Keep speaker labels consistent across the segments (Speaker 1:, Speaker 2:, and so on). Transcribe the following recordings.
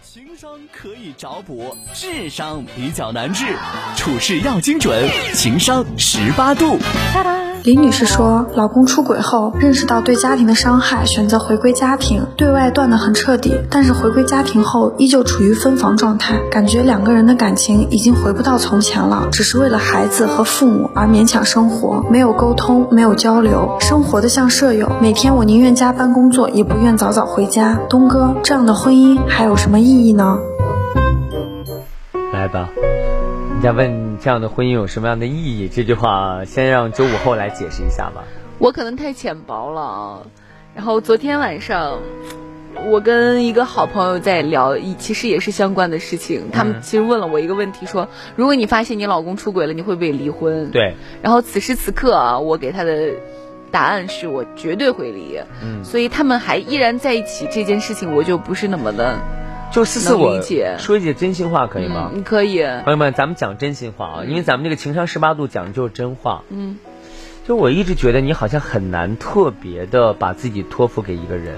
Speaker 1: 情商可以找补，智商比较难治，处事要精准，情商18度。
Speaker 2: 李女士说，老公出轨后认识到对家庭的伤害，选择回归家庭，对外断得很彻底，但是回归家庭后依旧处于分房状态，感觉两个人的感情已经回不到从前了，只是为了孩子和父母而勉强生活，没有沟通，没有交流，生活的像舍友，每天我宁愿加班工作，也不愿早早回家。东哥，这样的婚姻还有什么意义呢？
Speaker 3: 来吧，人家问这样的婚姻有什么样的意义，这句话先让95后来解释一下吧。
Speaker 4: 我可能太浅薄了啊。然后昨天晚上我跟一个好朋友在聊，其实也是相关的事情。他们其实问了我一个问题，说如果你发现你老公出轨了，你会不会离婚？
Speaker 3: 对。然
Speaker 4: 后此时此刻啊，我给他的答案是我绝对会离。所以他们还依然在一起这件事情，我就不是那么的。
Speaker 3: 就思思，我说一句真心话可以吗？
Speaker 4: 你可以。
Speaker 3: 朋友们，咱们讲真心话啊，因为咱们这个情商18度讲的就是真话。就我一直觉得你好像很难特别的把自己托付给一个人。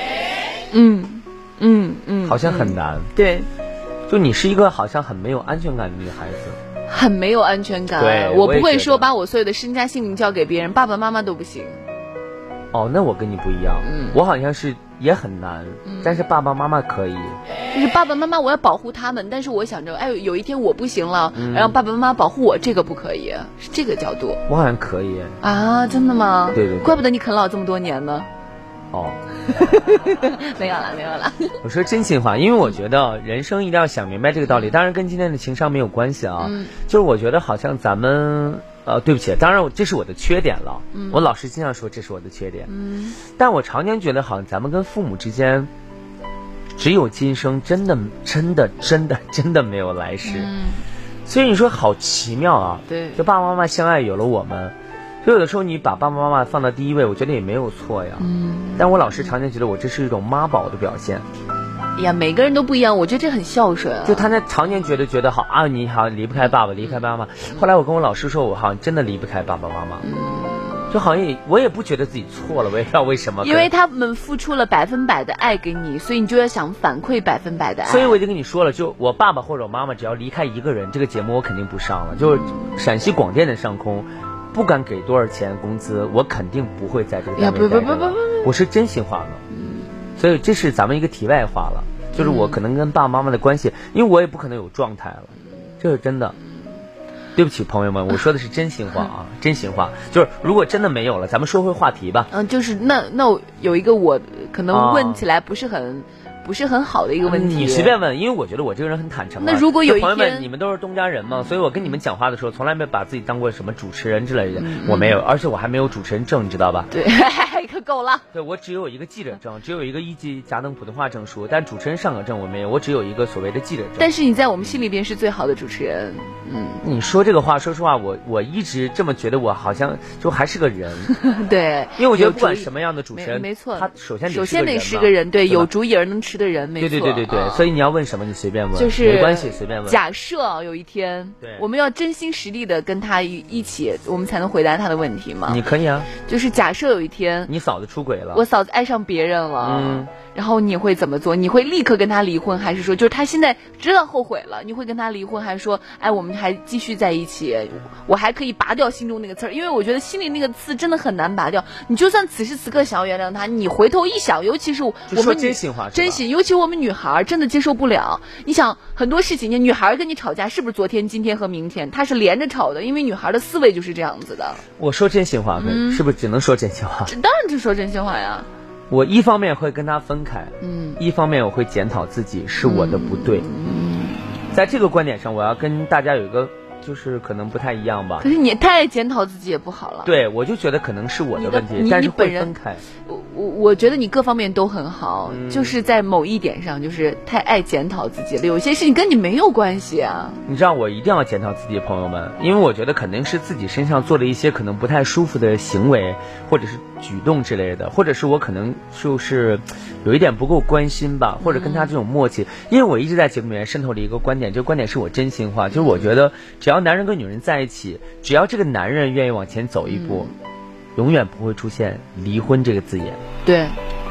Speaker 3: 好像很难。
Speaker 4: 对。
Speaker 3: 就你是一个好像很没有安全感的女孩子。
Speaker 4: 很没有安全感。
Speaker 3: 对，
Speaker 4: 我不会说把我所有的身家性命交给别人，爸爸妈妈都不行。
Speaker 3: 哦，那我跟你不一样。我好像是也很难，但是爸爸妈妈可以。
Speaker 4: 就是爸爸妈妈我要保护他们，但是我想着，哎，有一天我不行了，然后爸爸妈妈保护我，这个不可以，是这个角度。
Speaker 3: 我好像可以
Speaker 4: 啊，真的吗？
Speaker 3: 对，
Speaker 4: 怪不得你啃老这么多年呢。
Speaker 3: 哦，
Speaker 4: 没有了。
Speaker 3: 我说真心话，因为我觉得人生一定要想明白这个道理，当然跟今天的情商没有关系啊。就是我觉得好像咱们对不起，当然这是我的缺点了。我老是经常说这是我的缺点。但我常年觉得好像咱们跟父母之间只有今生，真的没有来世。所以你说好奇妙啊。
Speaker 4: 对，
Speaker 3: 就爸爸妈妈相爱有了我们，所以有的时候你把爸爸妈妈放到第一位，我觉得也没有错呀。但我老是常年觉得我这是一种妈宝的表现。
Speaker 4: 呀，每个人都不一样，我觉得这很孝顺啊。
Speaker 3: 就他那常年觉得好啊，你好像离不开爸爸，离开妈妈。后来我跟我老师说，我好像真的离不开爸爸妈妈。就好像我也不觉得自己错了，我也不知道为什么。
Speaker 4: 因为他们付出了100%的爱给你，所以你就要想反馈100%的爱。
Speaker 3: 所以我已经跟你说了，就我爸爸或者我妈妈只要离开一个人，这个节目我肯定不上了。就是陕西广电的上空，不管给多少钱工资，我肯定不会在这个单位待着。不，我是真心话呢。所以这是咱们一个题外话了，就是我可能跟爸爸妈妈的关系，因为我也不可能有状态了，这是真的。对不起朋友们，我说的是真心话啊，真心话。就是如果真的没有了，咱们说回话题吧。
Speaker 4: 就是那我有一个我可能问起来不是很好的一个问题。
Speaker 3: 你随便问，因为我觉得我这个人很坦诚。
Speaker 4: 那如果有一天，
Speaker 3: 朋友们，你们都是东家人嘛，所以我跟你们讲话的时候，从来没把自己当过什么主持人之类的。我没有，而且我还没有主持人证，知道吧？
Speaker 4: 对，可够了。
Speaker 3: 对，我只有一个记者证，只有一个1级甲等普通话证书，但主持人上岗证我没有，我只有一个所谓的记者证。
Speaker 4: 但是你在我们心里边是最好的主持人。
Speaker 3: 你说这个话，说实话，我一直这么觉得，我好像就还是个人。
Speaker 4: 对，
Speaker 3: 因为我觉得不管什么样的主持人，
Speaker 4: 没错，
Speaker 3: 他首先
Speaker 4: 得是个人，对，有主意而能吃的人，没错。
Speaker 3: 对，所以你要问什么，你随便问，
Speaker 4: 就是
Speaker 3: 没关系，随便问。
Speaker 4: 假设有一天，我们要真心实力的跟他一起，我们才能回答他的问题嘛。
Speaker 3: 你可以啊。
Speaker 4: 就是假设有一天，
Speaker 3: 你嫂子出轨了，
Speaker 4: 我嫂子爱上别人了。然后你会怎么做？你会立刻跟他离婚，还是说就是他现在知道后悔了，你会跟他离婚，还是说哎我们还继续在一起，我还可以拔掉心中那个刺儿？因为我觉得心里那个刺真的很难拔掉。你就算此时此刻想要原谅他，你回头一想，尤其是我们
Speaker 3: 真心话，
Speaker 4: 真心，尤其我们女孩真的接受不了。你想很多事情，女孩跟你吵架是不是昨天、今天和明天，她是连着吵的，因为女孩的思维就是这样子的。
Speaker 3: 我说真心话，是不是只能说真心话？
Speaker 4: 当然是说真心话呀。
Speaker 3: 我一方面会跟他分开，一方面我会检讨自己是我的不对。在这个观点上，我要跟大家有一个就是可能不太一样吧。
Speaker 4: 可是你太检讨自己也不好了。
Speaker 3: 对，我就觉得可能是我的问题，但是会分开。
Speaker 4: 我觉得你各方面都很好，就是在某一点上就是太爱检讨自己了，有些事情跟你没有关系啊。
Speaker 3: 你知道我一定要检讨自己，朋友们，因为我觉得肯定是自己身上做了一些可能不太舒服的行为或者是举动之类的，或者是我可能就是有一点不够关心吧，或者跟他这种默契。因为我一直在节目里面渗透了一个观点，这个观点是我真心话，就是我觉得只要男人跟女人在一起，只要这个男人愿意往前走一步，永远不会出现离婚这个字眼。
Speaker 4: 对，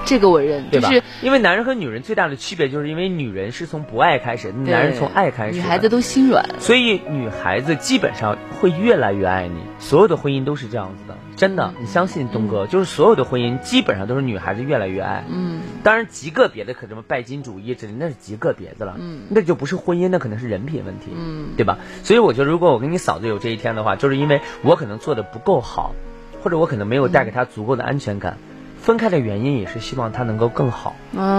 Speaker 4: 这个我认，
Speaker 3: 对吧？
Speaker 4: 就是
Speaker 3: 因为男人和女人最大的区别，就是因为女人是从不爱开始，男人从爱开始。
Speaker 4: 女孩子都心软，
Speaker 3: 所以女孩子基本上会越来越爱你。所有的婚姻都是这样子的，真的，你相信东哥，就是所有的婚姻基本上都是女孩子越来越爱。当然极个别的可什么拜金主义之类，那是极个别的了。那就不是婚姻，那可能是人品问题。对吧？所以我觉得，如果我跟你嫂子有这一天的话，就是因为我可能做的不够好，或者我可能没有带给她足够的安全感。分开的原因也是希望她能够更好。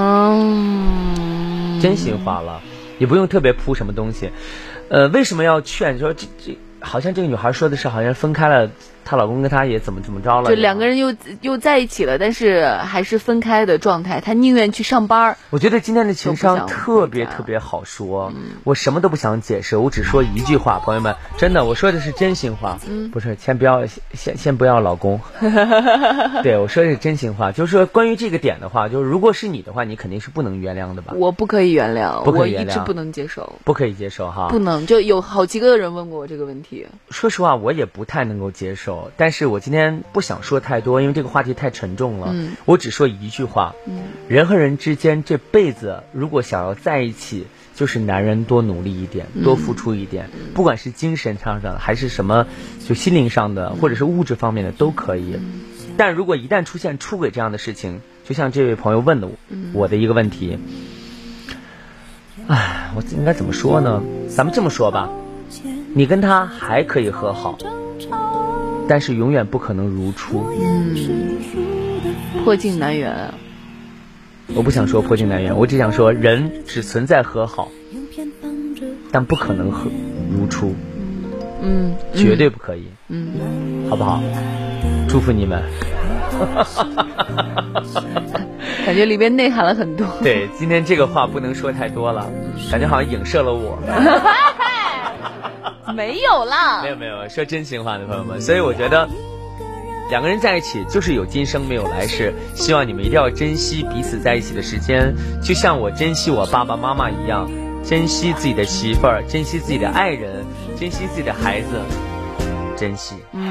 Speaker 3: 真心话了，也不用特别铺什么东西。为什么要劝？说这好像这个女孩说的是，好像分开了，她老公跟她也怎么着了，
Speaker 4: 就两个人又在一起了，但是还是分开的状态。她宁愿去上班。
Speaker 3: 我觉得今天的情商特别好说。我什么都不想解释，我只说一句话，朋友们，真的，我说的是真心话。不是，先不要老公。对，我说的是真心话，就是说关于这个点的话，就是如果是你的话，你肯定是不能原谅的吧？
Speaker 4: 我不可以原谅，
Speaker 3: 不可以原谅，
Speaker 4: 我一直不能接受，
Speaker 3: 不可以接受哈，
Speaker 4: 不能。就有好几个人问过我这个问题。
Speaker 3: 说实话，我也不太能够接受，但是我今天不想说太多，因为这个话题太沉重了。我只说一句话，人和人之间这辈子如果想要在一起，就是男人多努力一点，多付出一点，不管是精神上的还是什么，就心灵上的或者是物质方面的都可以。但如果一旦出现出轨这样的事情，就像这位朋友问的我的一个问题，我应该怎么说呢？咱们这么说吧，你跟他还可以和好，但是永远不可能如初。
Speaker 4: 破镜难圆啊！
Speaker 3: 我不想说破镜难圆，我只想说人只存在和好，但不可能如初。绝对不可以。好不好？祝福你们。
Speaker 4: 感觉里边内涵了很多。
Speaker 3: 对，今天这个话不能说太多了，感觉好像影射了我。
Speaker 4: 没有啦，
Speaker 3: 没有，说真心话的朋友们。所以我觉得两个人在一起就是有今生没有来世，希望你们一定要珍惜彼此在一起的时间，就像我珍惜我爸爸妈妈一样，珍惜自己的媳妇儿，珍惜自己的爱人，珍惜自己的孩子，珍惜。